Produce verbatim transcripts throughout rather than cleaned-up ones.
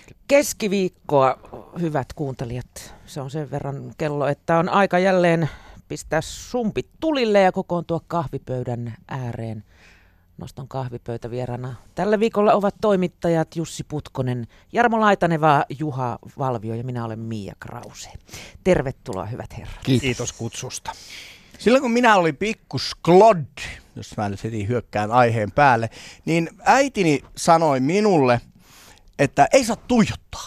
Keskiviikkoa, hyvät kuuntelijat. Se on sen verran kello, että on aika jälleen pistää sumpit tulille ja kokoontua kahvipöydän ääreen. Noston kahvipöytävierana. Tällä viikolla ovat toimittajat Jussi Putkonen, Jarmo Laitaneva, Juha Valvio ja minä olen Mia Krause. Tervetuloa, hyvät herrat. Kiitos, Kiitos kutsusta. Silloin kun minä olin pikku sklod, jos mä nyt heti hyökkään aiheen päälle, niin äitini sanoi minulle, että ei saa tuijottaa.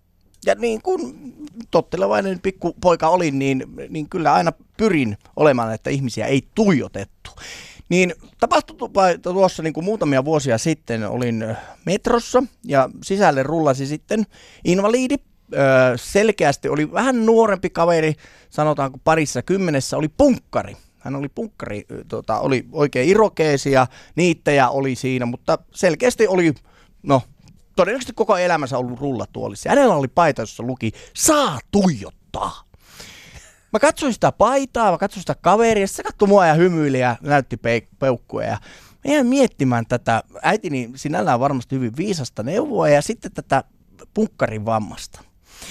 Ja niin kuin tottelevainen pikku poika olin, niin, niin kyllä aina pyrin olemaan, että ihmisiä ei tuijotettu. Niin tapahtui tuossa niin kuin muutamia vuosia sitten, olin metrossa ja sisälle rullasi sitten invalidi. Öö, selkeästi oli vähän nuorempi kaveri, sanotaanko parissa kymmenessä, oli punkkari. Hän oli punkkari, tota, oli oikein irokeesi ja niittejä oli siinä, mutta selkeästi oli, no todennäköisesti koko elämänsä ollut rullatuolissa. Hänellä oli paita, jossa luki, saa tuijottaa. Mä katsoin sitä paitaa, mä katsoin sitä kaveria, se katsoi mua ja hymyili ja näytti peukkuja. Ja mä jäin miettimään tätä, äitini sinällään varmasti hyvin viisasta neuvoa ja sitten tätä punkkarin vammasta.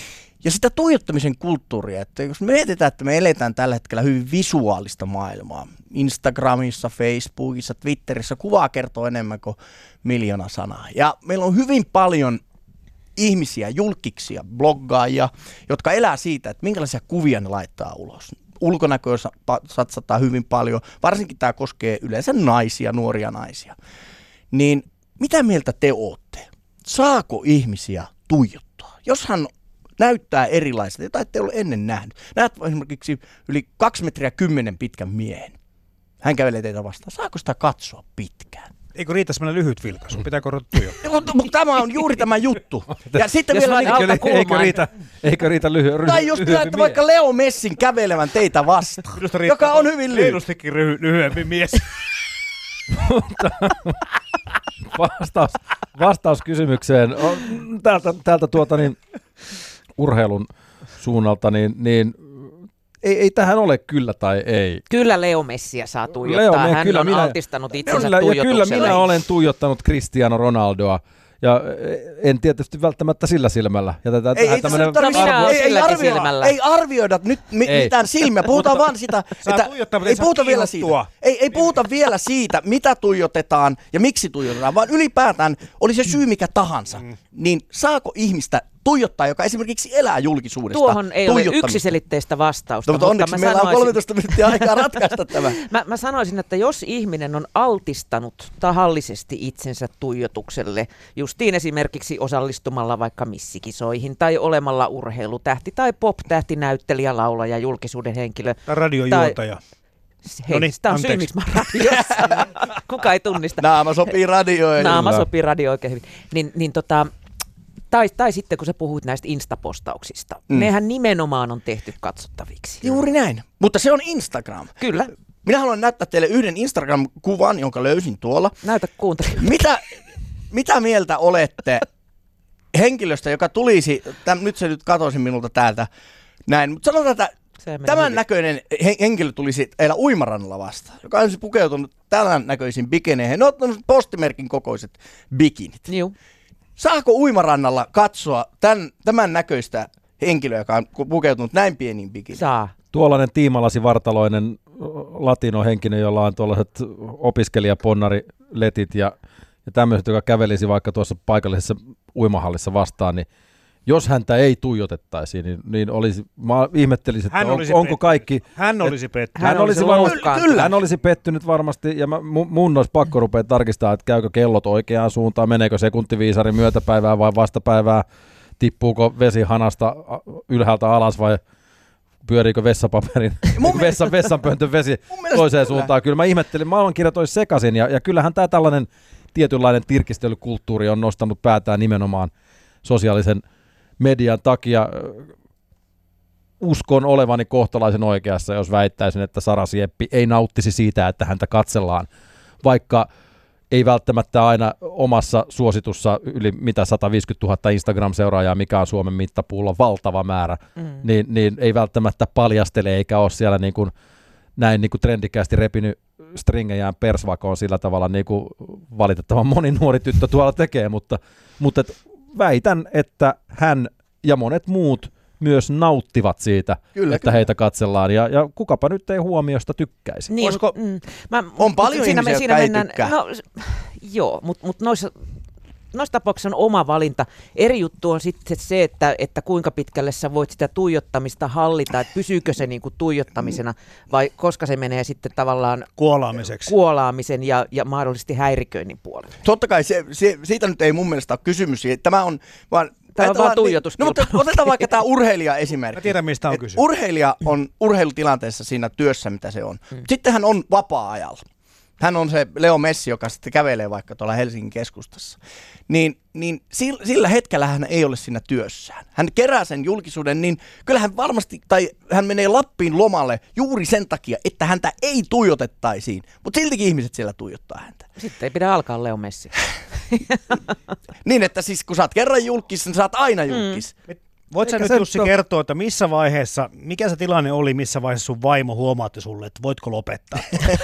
Ja sitä tuijottamisen kulttuuria, että jos me mietitään, että me eletään tällä hetkellä hyvin visuaalista maailmaa. Instagramissa, Facebookissa, Twitterissä kuvaa kertoo enemmän kuin miljoona sanaa. Ja meillä on hyvin paljon ihmisiä, julkkiksia, bloggaajia, jotka elää siitä, että minkälaisia kuvia ne laittaa ulos. Ulkonäköä satsataan hyvin paljon, varsinkin tämä koskee yleensä naisia, nuoria naisia. Niin mitä mieltä te ootte? Saako ihmisiä tuijottaa? Jos hän näyttää erilaiselta, jota ette ole ennen nähnyt. Näet esimerkiksi yli kaksi metriä kymmenen pitkän miehen. Hän kävelee teitä vastaan. Saako sitä katsoa pitkään? Eikö riitä semmoinen lyhyt vilkaisu? Pitääkö tuijottaa? Mutta tämä on juuri tämä juttu. Ja sitten jos vielä eikö, eikö riitä, eikö riitä lyhy, lyhy, tai just näette vaikka Leo Messin kävelevän teitä vastaan, joka on hyvin lyhyt. Reilustikin lyhy, lyhyempi mies. vastaus, vastaus kysymykseen. Täältä, täältä tuota niin, urheilun suunnalta, niin, niin ei, ei tähän ole kyllä tai ei. Kyllä Leo Messiä saa tuijottaa. Leo, Hän kyllä on minä, altistanut itsensä kyllä, tuijotukselle. Ja kyllä minä olen tuijottanut Cristiano Ronaldoa. Ja en tietysti välttämättä sillä silmällä. Jätetään ei, tähän tämmönen ei, ei, ei, arvioida, ei arvioida nyt mi- ei. mitään silmiä. Puhutaan vaan sitä, että ei puhuta, vielä siitä. Ei, ei puhuta vielä siitä, mitä tuijotetaan ja miksi tuijotetaan, vaan ylipäätään oli se syy mikä tahansa. Mm. Niin saako ihmistä tuijottaa, joka esimerkiksi elää julkisuudesta? Tuohon ei ole yksiselitteistä vastausta. No, mutta onneksi mutta meillä sanoisin, on kolmetoista minuuttia aikaa ratkaista tämä. mä, mä sanoisin, että jos ihminen on altistanut tahallisesti itsensä tuijotukselle, justiin esimerkiksi osallistumalla vaikka missikisoihin tai olemalla urheilutähti tai pop-tähti, näyttelijä, laulaja, julkisuuden henkilö. Tai radiojuontaja. Hei, Noniin, sitä on anteeksi. Syy, miksi mä radiossa. Kuka ei tunnista. Naama sopii radioon. Naama sopii radio oikein hyvin. Niin, niin tota... Tai, tai sitten kun sä puhuit näistä instapostauksista, mm. nehän nimenomaan on tehty katsottaviksi. Juuri näin, mutta se on Instagram. Kyllä. Minä haluan näyttää teille yhden Instagram-kuvan, jonka löysin tuolla. Näytä kuuntelijoille. Mitä, mitä mieltä olette henkilöstä, joka tulisi, täm, nyt se nyt katosi minulta täältä näin, mutta sanotaan, että tämän hyvin. näköinen henkilö tulisi teillä uimarannalla vastaan, joka on pukeutunut tämän näköisiin bikineihin. Ne on ottanut postimerkin kokoiset bikinit. Joo. Saako uimarannalla katsoa tämän, tämän näköistä henkilöä, joka on pukeutunut näin pieniin bikiniin? Saa. Tuollainen tiimalasivartaloinen latinohenkinen, jolla on tuollaiset opiskelijaponnariletit ja, ja tämmöiset, joka kävelisi vaikka tuossa paikallisessa uimahallissa vastaan, niin jos häntä ei tuijotettaisi, niin, niin olisi, mä ihmettelisin, että on, onko pettynyt. kaikki... Hän olisi pettynyt. Hän, hän, olisi varmasti, kyllä. hän olisi pettynyt varmasti, ja mä, mun olisi pakko rupea tarkistaa, että käykö kellot oikeaan suuntaan, meneekö sekuntiviisari myötäpäivää vai vastapäivää, tippuuko vesi hanasta ylhäältä alas vai pyöriikö vessapaperin, vessan, vessanpöntön vesi toiseen kyllä. suuntaan. Kyllä mä ihmettelin, maailmankirjat olisi sekaisin, ja, ja kyllähän tämä tällainen tietynlainen tirkistelykulttuuri on nostanut päätään nimenomaan sosiaalisen median takia. Uskon olevani kohtalaisen oikeassa, jos väittäisin, että Sara Sieppi ei nauttisi siitä, että häntä katsellaan, vaikka ei välttämättä aina omassa suositussa yli mitä sata viisikymmentätuhatta Instagram-seuraajaa, mikä on Suomen mittapuulla valtava määrä, mm. niin, niin ei välttämättä paljastele eikä ole siellä niin kuin, näin niin kuin trendikästi repinyt stringejään persvakoon sillä tavalla, niin kuin valitettavan moni nuori tyttö tuolla tekee, mutta, mutta et, väitän, että hän ja monet muut myös nauttivat siitä, Kyllä, että kyllä. heitä katsellaan. Ja, ja kukapa nyt ei huomiosta tykkäisi. Niin, Olisiko- mut, mm, mä, On paljon siinä, ihmisiä, siinä jotka ei mennään, tykkää. No, s- joo, mutta mut noissa, noissa tapauksissa on oma valinta. Eri juttu on sitten se, että, että kuinka pitkälle sä voit sitä tuijottamista hallita, että pysyykö se niinku tuijottamisena vai koska se menee sitten tavallaan Kuolaamiseksi. kuolaamisen ja, ja mahdollisesti häiriköinnin puolelle. Totta kai se, se, siitä nyt ei mun mielestä ole kysymys. Tämä on vaan... Tämä on ajatellaan vaan tuijotuskilpailu. No, mutta otetaan vaikka tämä urheilija-esimerkki. Mä tiedän, mistä on Et kysymys. urheilija on urheilutilanteessa siinä työssä, mitä se on. Hmm. Sitten hän on vapaa-ajalla. Hän on se Leo Messi, joka sitten kävelee vaikka tuolla Helsingin keskustassa. Niin, niin sillä, sillä hetkellä hän ei ole siinä työssään. Hän kerää sen julkisuuden, niin kyllähän varmasti, tai hän menee Lappiin lomalle juuri sen takia, että häntä ei tuijotettaisiin. Mutta siltikin ihmiset siellä tuijottaa häntä. Sitten ei pidä alkaa Leo Messi. Niin, että siis kun sä oot kerran julkis, niin sä oot aina julkis. Mm. Voit sä Eikä nyt se Jussi nyt ole- kertoa, että missä vaiheessa, mikä se tilanne oli, missä vaiheessa sun vaimo huomaatti sulle, että voitko lopettaa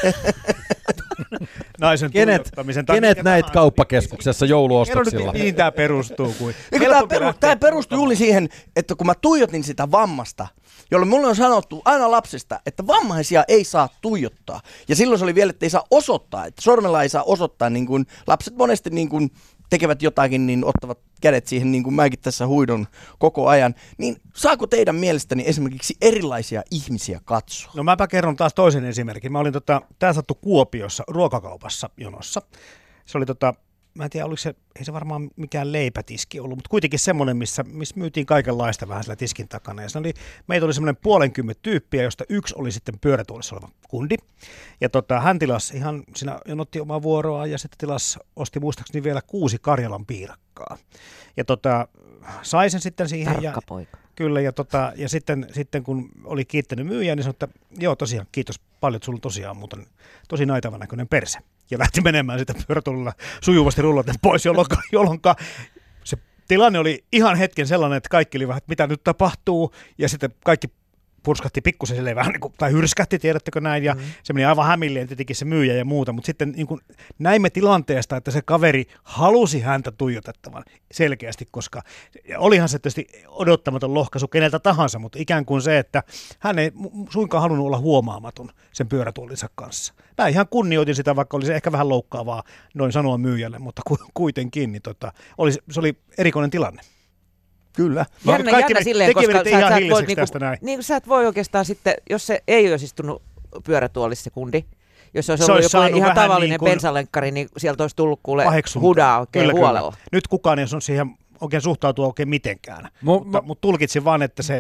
naisen Kenet, tuijottamisen? Tai kenet mikä näit tahansa. kauppakeskuksessa Kerro jouluostoksilla? nyt, mihin tämä perustuu. Kuin. Eikö tämä, peru, tämä perustui juuri siihen, että kun mä tuijotin sitä vammasta, jolloin mulle on sanottu aina lapsesta, että vammaisia ei saa tuijottaa. Ja silloin se oli vielä, että ei saa osoittaa, että sormella ei saa osoittaa, niin kuin lapset monesti niin kuin tekevät jotakin, niin ottavat kädet siihen, niin kuin mäkin tässä huidon koko ajan. Niin saako teidän mielestäni esimerkiksi erilaisia ihmisiä katsoa? No mäpä kerron taas toisen esimerkin. Mä olin tota, tää sattui Kuopiossa ruokakaupassa jonossa. Se oli tota, mä en tiedä, oliko se, ei se varmaan mikään leipätiski ollut, mutta kuitenkin semmoinen, missä, missä myytiin kaikenlaista vähän sillä tiskin takana. Ja se oli, meitä oli semmoinen puolenkymmentä tyyppiä, josta yksi oli sitten pyörätuolissa oleva kundi. Ja tota, hän tilasi ihan, siinä otti omaa vuoroa ja sitten tilasi, osti muistaakseni vielä kuusi Karjalan piirakkaa. Ja tota, sai sen sitten siihen. Tarkka ja, poika. Kyllä, ja, tota, ja sitten, sitten kun oli kiittänyt myyjää, niin sanoi, että joo tosiaan, kiitos paljon, että sulla on tosiaan muuten tosi naitavan näköinen perse. Ja lähti menemään sitä pyörätuolilla sujuvasti rullaten pois, jolloin, jolloin se tilanne oli ihan hetken sellainen, että kaikki oli vähän, että mitä nyt tapahtuu, ja sitten kaikki purskahti pikkusen silleen vähän niin kuin, tai hyrskähti, tiedättekö näin, ja mm. se meni aivan hämilleen tietenkin se myyjä ja muuta, mutta sitten niin kuin näimme tilanteesta, että se kaveri halusi häntä tuijotettavan selkeästi, koska olihan se tietysti odottamaton lohkaisu keneltä tahansa, mutta ikään kuin se, että hän ei suinkaan halunnut olla huomaamaton sen pyörätuolinsa kanssa. Mä ihan kunnioitin sitä, vaikka oli se ehkä vähän loukkaavaa noin sanoa myyjälle, mutta kuitenkin, niin tota, oli, se oli erikoinen tilanne. Kyllä. Jännä, kaikki jännä ne silleen, koska tekivät sä, ihan sä, et voi, hiljaiseksi niinku, tästä näin. niin, sä et voi oikeastaan sitten, jos se ei olisi istunut pyörätuolissa se kundi, jos se olisi Se ollut olisi joku saanut ihan vähän tavallinen niin kuin bensalenkkari, niin sieltä olisi tullut kuule paheksuntaa. hudaa oikein Kyllä, huolella. kyllä. Nyt kukaan ei ole siihen oikein suhtautua oikein mitenkään, Mu- mutta, mu- mutta tulkitsin vaan, että se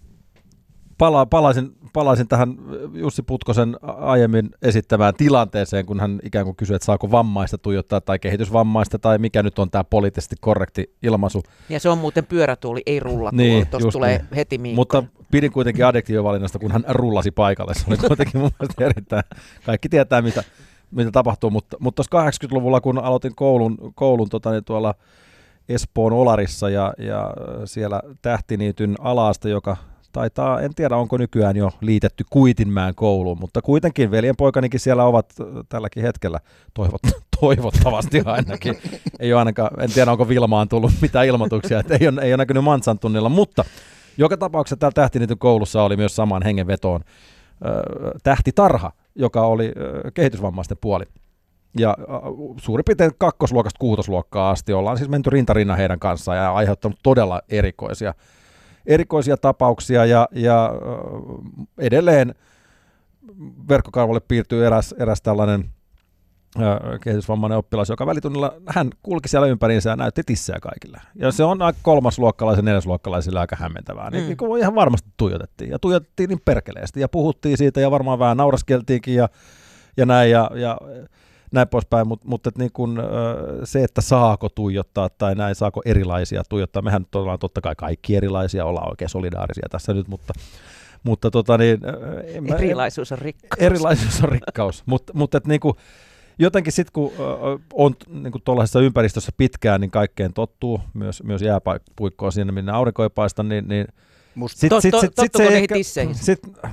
Pala, palaisin, palaisin tähän Jussi Putkosen aiemmin esittämään tilanteeseen, kun hän ikään kuin kysyi, että saako vammaista tuijottaa tai kehitysvammaista tai mikä nyt on tämä poliittisesti korrekti ilmaisu. Ja se on muuten pyörätuoli, ei rullatuoli. Niin, Tuosta just tulee niin. heti Miikko. Mutta pidin kuitenkin adjektiivivalinnasta, kun hän rullasi paikalle. Se oli kuitenkin mun mielestä erittäin, kaikki tietää mitä, mitä tapahtuu, mutta, mutta tuossa kahdeksankymmentäluvulla, kun aloitin koulun, koulun tota, niin tuolla Espoon Olarissa ja, ja siellä Tähtiniityn ala-aste, joka taitaa, en tiedä onko nykyään jo liitetty Kuitinmäen kouluun, mutta kuitenkin veljenpoikanikin siellä ovat tälläkin hetkellä toivot, toivottavasti ainakin. Ei ole ainakaan, en tiedä onko Vilmaan tullut mitään ilmoituksia, että ei ole, ei ole näkynyt Mantsan tunnilla, mutta joka tapauksessa täällä Tähtiniityn koulussa oli myös samaan hengenvetoon äh, tähtitarha, joka oli äh, kehitysvammaisten puoli. Ja äh, suurin piirtein kakkosluokasta kuutosluokkaa asti ollaan siis menty rintarinnan heidän kanssaan ja aiheuttanut todella erikoisia erikoisia tapauksia ja, ja edelleen verkkokalvolle piirtyy eräs, eräs tällainen ää, kehitysvammainen oppilas, joka välitunnilla, hän kulki siellä ympäriinsä ja näytti tissejä kaikille. Ja se on kolmasluokkalaisen, neljäsluokkalaisille aika hämmentävää. Niin, mm. niin ihan varmasti tuijotettiin ja tuijotettiin niin perkeleesti ja puhuttiin siitä ja varmaan vähän nauraskeltiinkin ja, ja näin ja, ja näin poispäin, mutta mut niin kun, se, että saako tuijottaa tai näin, saako erilaisia tuijottaa, mehän nyt ollaan totta kai kaikki erilaisia, ollaan oikein solidaarisia tässä nyt, mutta, mutta tota niin, en mä, Erilaisuus on rikkaus. Erilaisuus on rikkaus, mutta mut, niin kuin, jotenkin sitten kun on niin kuin tuollaisessa ympäristössä pitkään, niin kaikkeen tottuu, myös, myös jääpuikkoa siinä, minne aurinko ei paista, niin, niin Musta. Sit, sit, sit, sit, sit se niihin ehkä, tisseihin? Sit,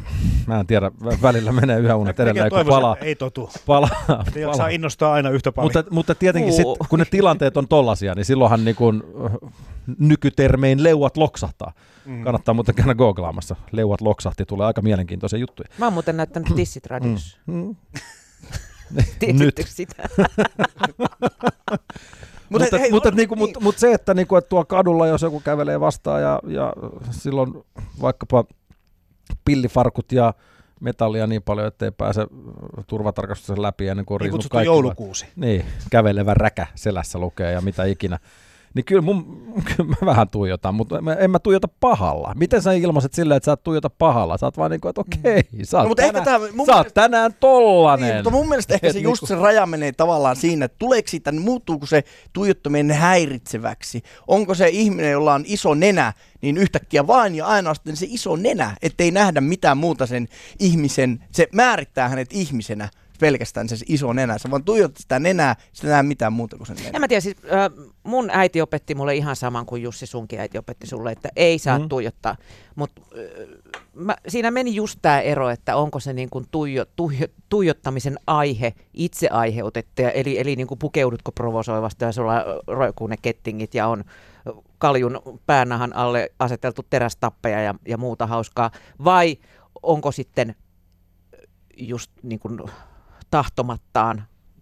mä en tiedä, välillä menee yöunet edelleen, kun palaa. Ei totu. Pala, Te jaksaa innostaa aina yhtä paljon. Mutta, mutta tietenkin sit, kun ne tilanteet on tollaisia, niin silloinhan niin kun, nykytermein leuat loksahtaa. Mm. Kannattaa muuten käydä googlaamassa. Leuat loksahti, tulee aika mielenkiintoisia juttuja. Mä oon muuten näyttänyt tissit radiossa. Mm. Mm. Tiesittekö sitä? Mutta mut, mut, niin, mut, mut se, että, niinku, että tuolla kadulla, jos joku kävelee vastaan ja, ja silloin vaikkapa pillifarkut ja metallia niin paljon, ettei pääse turvatarkastuksen läpi ennen kuin on niin riisunut kaikki. Joulukuusi. Niin, kävelevä räkä selässä lukee ja mitä ikinä. Niin kyllä, mun, kyllä mä vähän tuijotan, mutta en mä tuijota pahalla. Miten sä ilmaiset silleen, että sä et tuijota pahalla? Sä oot vaan niin kuin, että okei, sä oot, no, tänään, tämä, sä mielestä, oot tänään tollanen. Niin, mutta mun mielestä ehkä se just se raja menee tavallaan siinä, että tuleeko siitä, muuttuuko se tuijottaminen häiritseväksi? Onko se ihminen, jolla on iso nenä, niin yhtäkkiä vain ja ainoastaan se iso nenä, ettei nähdä mitään muuta sen ihmisen, se määrittää hänet ihmisenä. Pelkästään se iso nenä. Sä vaan tuijotat sitä nenää, sitä näe mitään muuta kuin sen nenä. En mä tiedä, siis äh, mun äiti opetti mulle ihan saman kuin Jussi sunkin äiti opetti sulle, että ei saa mm. tuijottaa. Mutta äh, siinä meni just tää ero, että onko se niin kuin tuijo, tuijo, tuijottamisen aihe itse aiheutettu, eli, eli niin kuin pukeudutko provosoivasti ja sulla roikkuu ne kettingit ja on kaljun päänahan alle aseteltu terästappeja ja, ja muuta hauskaa, vai onko sitten just niin kuin tahtomattaan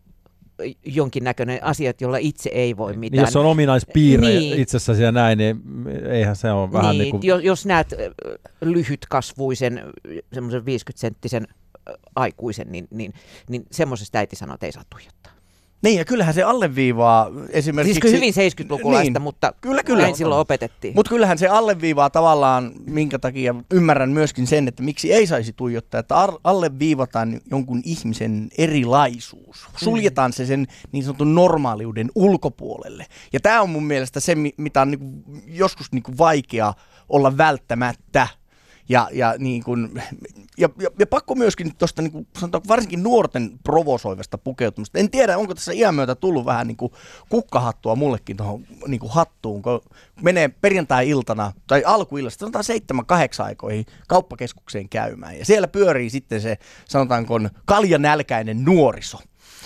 jonkinnäköinen asiat, jolla itse ei voi mitään. Niin, jos on ominaispiirre niin. itsessäsi ja näin, niin eihän se ole vähän niin, niin kuin... Jos, jos näet lyhytkasvuisen, semmoisen viisikymmentä-senttisen aikuisen, niin, niin, niin semmoisesta äiti sanoo, että ei saa tuijottaa. Niin, ja kyllähän se alleviivaa esimerkiksi... Siis hyvin seitsemänkymmentälukulaista, niin, mutta kyllä, kyllä. näin silloin opetettiin. Mutta kyllähän se alleviivaa tavallaan, minkä takia ymmärrän myöskin sen, että miksi ei saisi tuijottaa, että alleviivataan jonkun ihmisen erilaisuus. Suljetaan se sen niin sanotun normaaliuden ulkopuolelle. Ja tämä on mun mielestä se, mitä on niinku joskus niinku vaikea olla välttämättä. Ja, ja, niin kun, ja, ja, ja pakko myöskin tuosta niin sanotaanko varsinkin nuorten provosoivasta pukeutumista. En tiedä, onko tässä iän myötä tullut vähän niin kuin kukkahattua mullekin tuohon niin kuin hattuun, kun menee perjantai-iltana tai alkuillasta, sanotaan seitsemän kahdeksan aikoihin kauppakeskukseen käymään. Ja siellä pyörii sitten se, sanotaanko, kaljanälkäinen nuoriso.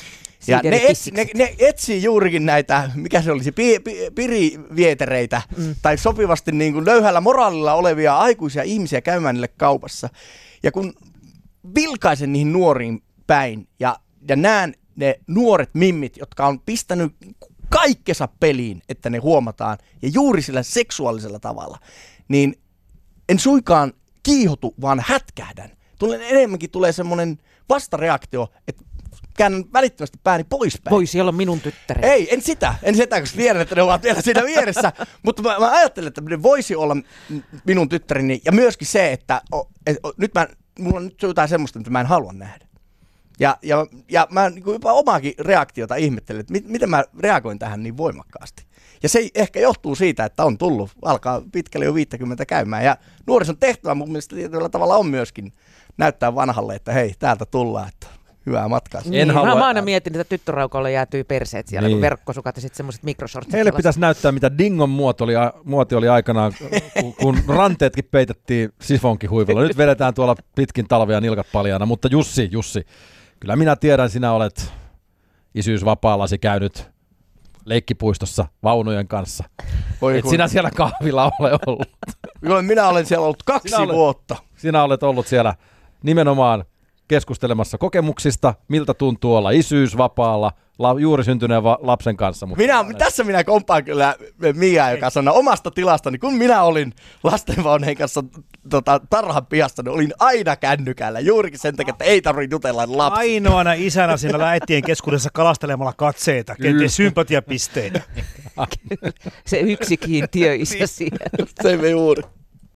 Ja ne, etsi, ne, ne etsii juurikin näitä, mikä se olisi, pi, pi, pirivietereitä mm. tai sopivasti niin kuin löyhällä moraalilla olevia aikuisia ihmisiä käymään niille kaupassa. Ja kun vilkaisen niihin nuoriin päin ja, ja näen ne nuoret mimmit, jotka on pistänyt kaikkensa peliin, että ne huomataan, ja juuri sillä seksuaalisella tavalla, niin en suinkaan kiihotu, vaan hätkähdän. Tulee, enemmänkin tulee semmoinen vastareaktio, että käännän välittömästi pääni poispäin. Voi siellä on minun tyttäreni. Ei, en sitä. En sitä, koska tiedän, että ne ovat vielä siinä vieressä. Mutta mä, mä ajattelen, että ne voisi olla minun tyttäreni. Ja myöskin se, että o, et, o, nyt mä, mulla on nyt jotain semmoista, mitä mä en halua nähdä. Ja, ja, ja mä niin jopa omaakin reaktiota ihmettelen, että mit, miten mä reagoin tähän niin voimakkaasti. Ja se ehkä johtuu siitä, että on tullut, alkaa pitkälle jo viisikymmentä käymään. Ja nuorison tehtävä mun mielestä tietyllä tavalla on myöskin näyttää vanhalle, että hei, täältä tullaan, että hyvää matkaa. Niin, halua... Mä aina mietin, että tyttöraukalle jäätyy perseet siellä, niin. Kun verkkosukat ja sitten semmoiset mikrosortsit. Heille pitäisi näyttää, mitä Dingon muoti oli, muoti oli aikanaan, kun, kun ranteetkin peitettiin sifonkihuivilla. Nyt vedetään tuolla pitkin talvea nilkat paljaana, mutta Jussi, Jussi, kyllä minä tiedän, sinä olet isyysvapaallasi käynyt leikkipuistossa vaunujen kanssa. Voi Et kun... sinä siellä kahvilla ole ollut. Kyllä, minä olen siellä ollut kaksi sinä olet, vuotta. Sinä olet ollut siellä nimenomaan keskustelemassa kokemuksista, miltä tuntuu olla isyysvapaalla la, juuri syntyneen va, lapsen kanssa. Mutta minä, tässä minä kompaan kyllä Mia, joka sanoo omasta tilastani, kun minä olin lastenvauneen kanssa tota, tarhan pihassa, niin olin aina kännykällä, juurikin sen takia, että ei tarvitse jutella lapsia. Ainoana isänä siinä äitien keskuudessa kalastelemalla katseita, kenties sympatiapisteitä. Se yksi kiintiö isä siellä. Se me juuri.